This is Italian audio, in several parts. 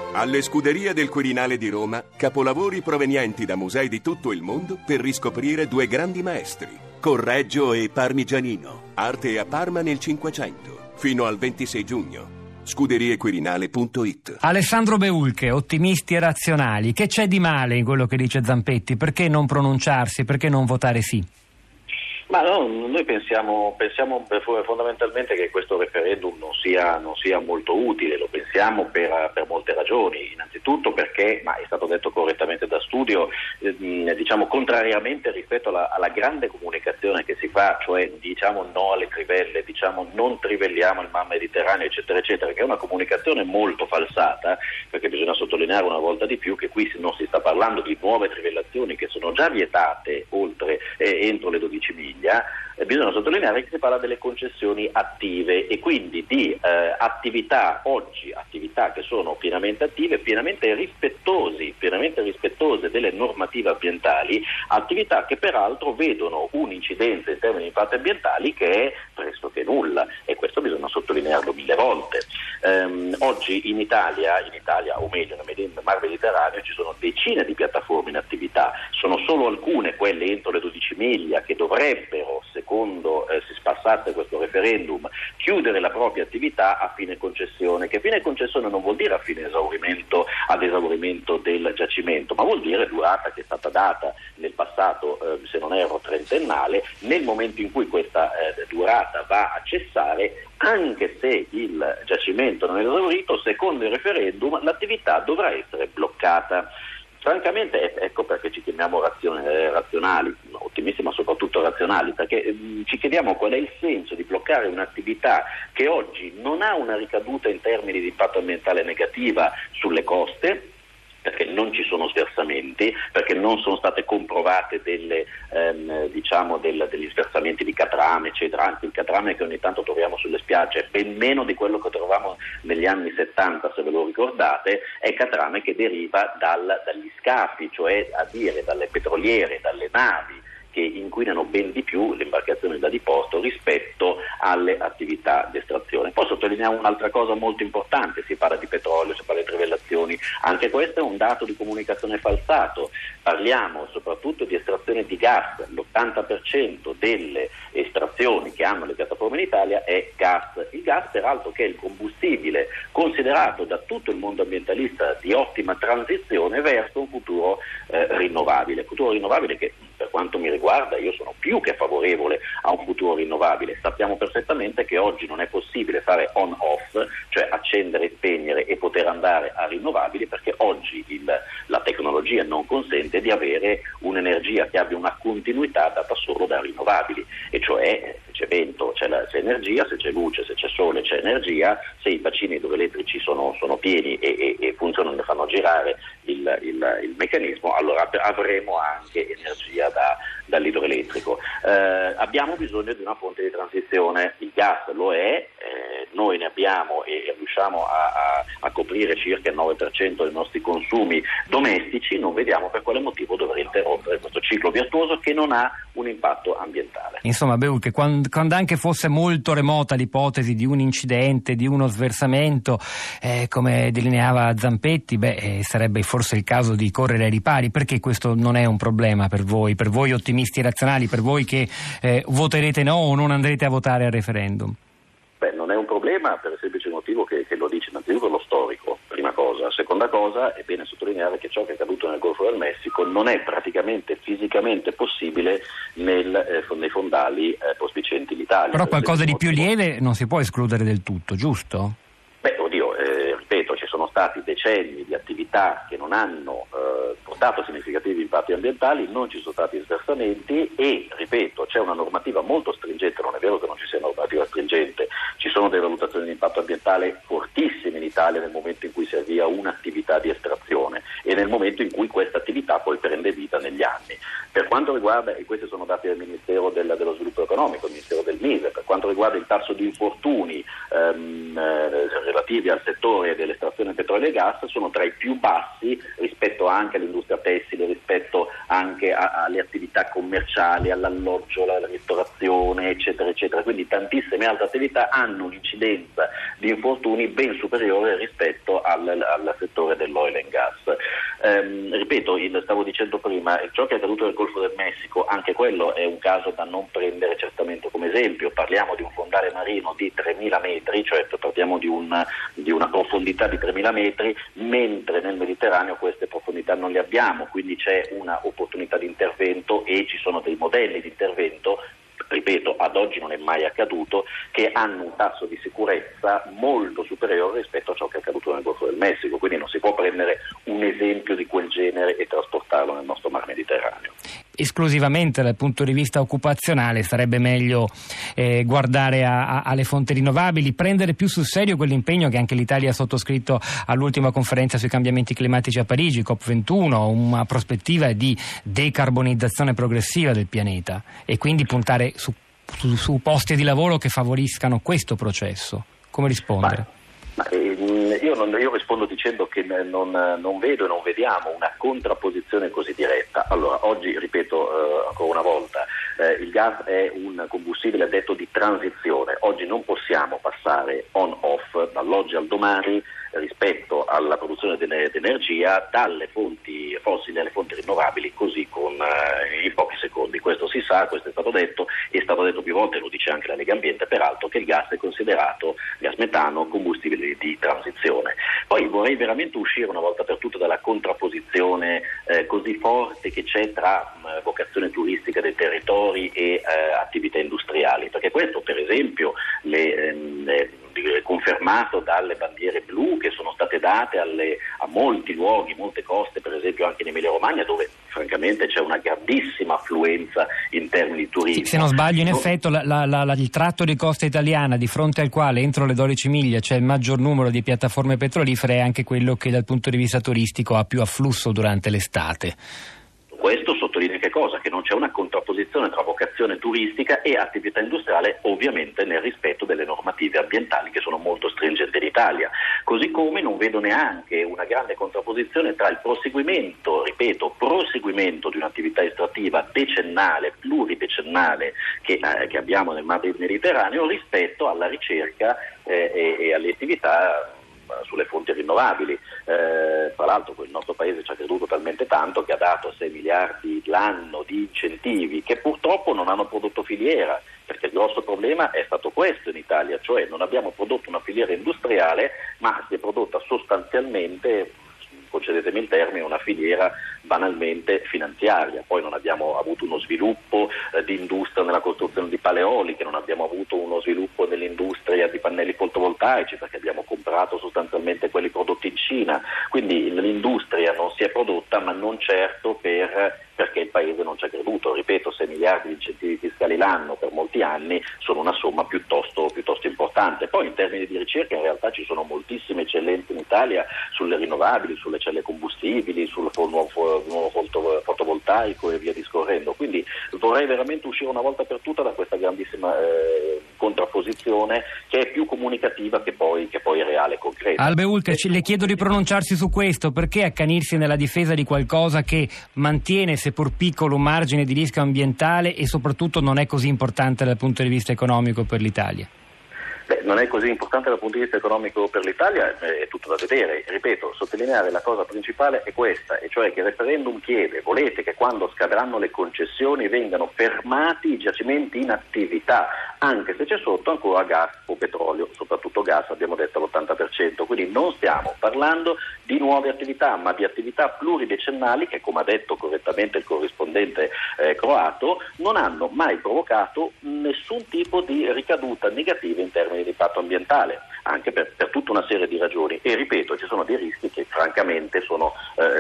Alle Scuderie del Quirinale di Roma, capolavori provenienti da musei di tutto il mondo per riscoprire due grandi maestri, Correggio e Parmigianino, arte a Parma nel Cinquecento, fino al 26 giugno. Scuderiequirinale.it. Alessandro Beulche, ottimisti e razionali. Che c'è di male in quello che dice Zampetti? Perché non pronunciarsi? Perché non votare sì? Ma no, noi pensiamo fondamentalmente che questo referendum non sia molto utile, lo pensiamo per molte ragioni. Innanzitutto perché, ma è stato detto correttamente da studio, diciamo contrariamente rispetto alla grande comunicazione che si fa, cioè diciamo no alle trivelle, diciamo non trivelliamo il mar Mediterraneo, eccetera, eccetera, che è una comunicazione molto falsata, perché bisogna sottolineare una volta di più che qui non si sta parlando di nuove trivellazioni che sono già vietate entro le 12 miglia. Bisogna sottolineare che si parla delle concessioni attive e quindi di attività che sono pienamente attive, pienamente rispettose delle normative ambientali, attività che peraltro vedono un'incidenza in termini di impatti ambientali che è pressoché nulla, e questo bisogna sottolinearlo 1000 volte. Oggi in Italia, o meglio nel mar Mediterraneo, ci sono decine di piattaforme in attività, sono solo alcune, quelle entro le 12 miglia, che dovrebbero, secondo si passasse questo referendum, chiudere la propria attività a fine concessione, che fine concessione non vuol dire a fine ad esaurimento del giacimento, ma vuol dire durata che è stata data nel passato, se non erro trentennale. Nel momento in cui questa durata va a cessare, anche se il giacimento non è esaurito, secondo il referendum l'attività dovrà essere bloccata. Francamente ecco perché ci chiamiamo razionali, ottimisti ma soprattutto razionali, perché ci chiediamo qual è il senso di bloccare un'attività che oggi non ha una ricaduta in termini di impatto ambientale negativa sulle coste, perché non ci sono sversamenti, perché non sono state comprovate degli sversamenti di catrame, eccetera. Anzi, il catrame che ogni tanto troviamo sulle spiagge, ben meno di quello che trovavamo negli anni 70, se ve lo ricordate, è catrame che deriva dagli scafi, cioè a dire dalle petroliere, dalle navi, che inquinano ben di più le imbarcazioni da diporto rispetto alle attività di estrazione. Poi sottolineiamo un'altra cosa molto importante: si parla di petrolio, si parla di trivellazioni, anche questo è un dato di comunicazione falsato. Parliamo soprattutto di estrazione di gas, l'80% delle estrazioni che hanno le piattaforme in Italia è gas. Il gas peraltro che è il combustibile considerato da tutto il mondo ambientalista di ottima transizione verso un futuro rinnovabile che, per quanto mi riguarda, io sono più che favorevole a un futuro rinnovabile. Sappiamo perfettamente che oggi non è possibile fare on-off, cioè accendere e spegnere e poter andare a rinnovabili, perché oggi la tecnologia non consente di avere un'energia che abbia una continuità data solo da rinnovabili, e cioè se c'è vento c'è energia, se c'è luce, se c'è sole c'è energia, se i bacini idroelettrici sono pieni e funzionano e fanno girare il meccanismo, allora avremo anche energia dall'idroelettrico. Abbiamo bisogno di una fonte di transizione, il gas lo è, noi ne abbiamo e riusciamo a coprire circa il 9% dei nostri consumi domestici. Non vediamo per quale motivo dovrei interrompere questo ciclo virtuoso che non ha un impatto ambientale. Insomma, Beulche, quando anche fosse molto remota l'ipotesi di un incidente, di uno sversamento, come delineava Zampetti, sarebbe forse il caso di correre ai ripari. Perché questo non è un problema per voi ottimisti razionali, per voi che voterete no o non andrete a votare al referendum? Non è un problema per il semplice motivo che lo dice innanzitutto lo storico, prima cosa. Seconda cosa, è bene sottolineare che ciò che è accaduto nel Golfo del Messico non è praticamente fisicamente possibile nei fondali prospicienti l'Italia. Però qualcosa di più lieve non si può escludere del tutto, giusto? Ripeto, ci sono stati decenni di attività che non hanno portato significativi impatti ambientali, non ci sono stati sversamenti e, ripeto, c'è una normativa molto stringente. Non è vero che non ci sia una normativa stringente, ci sono delle valutazioni di impatto ambientale fortissime in Italia nel momento in cui si avvia un'attività di estrazione e nel momento in cui questa attività poi prende vita negli anni. Per quanto riguarda, e questi sono dati del Ministero dello Sviluppo Economico, il Ministero del MISE, per quanto riguarda il tasso di infortuni relativi al settore dell'estrazione petrolio e gas, sono tra i più bassi rispetto anche all'industria tessile, rispetto anche alle attività commerciali, all'alloggio, alla ristorazione, eccetera, eccetera. Quindi tantissime altre attività hanno un'incidenza prevalenza di infortuni ben superiore rispetto al settore dell'oil and gas. Ripeto, stavo dicendo prima, ciò che è accaduto nel Golfo del Messico, anche quello è un caso da non prendere certamente come esempio. Parliamo di un fondale marino di 3.000 metri, cioè parliamo di una profondità di 3.000 metri, mentre nel Mediterraneo queste profondità non le abbiamo, quindi c'è una opportunità di intervento e ci sono dei modelli di intervento, ripeto, ad oggi non è mai accaduto, che hanno un tasso di sicurezza molto superiore rispetto a ciò che è accaduto nel Golfo del Messico, quindi non si può prendere un esempio di quel genere e trasportarlo nel nostro mar Mediterraneo. Esclusivamente dal punto di vista occupazionale sarebbe meglio guardare alle fonti rinnovabili, prendere più sul serio quell'impegno che anche l'Italia ha sottoscritto all'ultima conferenza sui cambiamenti climatici a Parigi, COP21, una prospettiva di decarbonizzazione progressiva del pianeta e quindi puntare su posti di lavoro che favoriscano questo processo. Come rispondere? Io rispondo dicendo che non vedo e non vediamo una contrapposizione così diretta. Allora, oggi, ripeto ancora una volta, il gas è un combustibile detto di transizione. Oggi non possiamo passare on-off dall'oggi al domani rispetto alla produzione di energia dalle fonti fossili alle fonti rinnovabili così in pochi secondi. Questo si sa, questo è stato detto più volte, lo dice anche la Lega Ambiente, peraltro, che il gas è considerato, gas metano, combustibile di transizione. Poi vorrei veramente uscire una volta per tutte dalla contrapposizione così forte che c'è tra vocazione turistica dei territori e attività industriali, perché questo, per esempio, confermato dalle bandiere blu che sono state date a molti luoghi, molte coste, per esempio anche in Emilia Romagna, dove francamente c'è una grandissima affluenza in termini di turismo. Se non sbaglio, in effetti il tratto di costa italiana di fronte al quale entro le 12 miglia c'è il maggior numero di piattaforme petrolifere è anche quello che dal punto di vista turistico ha più afflusso durante l'estate. Questo sottolinea che cosa? Che non c'è una contrapposizione tra vocazione turistica e attività industriale, ovviamente nel rispetto delle normative ambientali che sono molto stringenti in Italia. Così come non vedo neanche una grande contrapposizione tra il proseguimento di un'attività estrattiva decennale, pluridecennale che abbiamo nel mar Mediterraneo rispetto alla ricerca e alle attività sulle fonti rinnovabili. Tra l'altro il nostro paese ci ha creduto talmente tanto che ha dato 6 miliardi l'anno di incentivi che purtroppo non hanno prodotto filiera, perché il grosso problema è stato questo in Italia, cioè non abbiamo prodotto una filiera industriale, ma si è prodotta sostanzialmente, concedetemi il termine, una filiera banalmente finanziaria. Poi non abbiamo avuto uno sviluppo di industria nella costruzione di pale eoliche, non abbiamo avuto uno sviluppo nell'industria di pannelli fotovoltaici perché abbiamo comprato sostanzialmente quelli prodotti in Cina, quindi l'industria non si è prodotta, ma non certo perché il paese non ci ha creduto. Ripeto, 6 miliardi di incentivi fiscali l'anno per molti anni sono una somma piuttosto importante. Poi in termini di ricerca in realtà ci sono moltissime eccellenze in Italia sulle rinnovabili, sulle celle combustibili, sul nuovo fotovoltaico e via discorrendo. Quindi vorrei veramente uscire una volta per tutta da questa grandissima contrapposizione che è più comunicativa che poi reale e concreta. Albe Ulrich, le chiedo di pronunciarsi su questo. Perché accanirsi nella difesa di qualcosa che mantiene, seppur piccolo, un margine di rischio ambientale e soprattutto non è così importante dal punto di vista economico per l'Italia? Non è così importante dal punto di vista economico per l'Italia, è tutto da vedere. Ripeto, sottolineare la cosa principale è questa, e cioè che il referendum chiede: volete che quando scadranno le concessioni vengano fermati i giacimenti in attività, anche se c'è sotto ancora gas o petrolio, soprattutto gas, abbiamo detto all'80%, quindi non stiamo parlando di nuove attività, ma di attività pluridecennali che, come ha detto correttamente il corrispondente croato, non hanno mai provocato nessun tipo di ricaduta negativa in termini di impatto ambientale, anche per tutta una serie di ragioni. E ripeto, ci sono dei rischi che francamente sono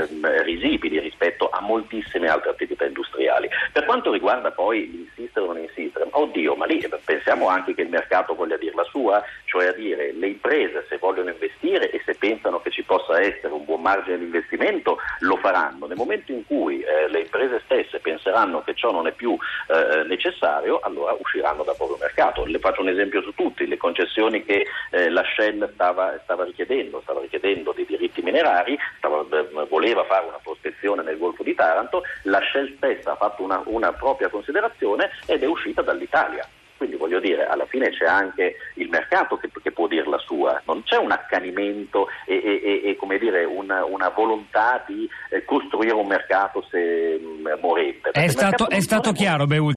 risibili rispetto a moltissime altre attività industriali. Per quanto riguarda poi l'insistere o non insistere, ma lì pensiamo anche che il mercato voglia dire la sua, cioè a dire le imprese, se vogliono investire e se pensano che ci possa essere un buon margine di investimento, lo faranno. Nel momento in cui le imprese stesse penseranno che ciò non è più necessario, allora usciranno dal proprio mercato. Le faccio un esempio su tutti: le concessioni che la Shell stava richiedendo dei diritti minerari, voleva fare una prospezione nel Golfo di Taranto, la Shell stessa ha fatto una propria considerazione ed è uscita dall'Italia. Quindi voglio dire, alla fine c'è anche il mercato che può dire la sua, non c'è un accanimento e come dire una volontà di costruire un mercato morente. È stato chiaro, Beul.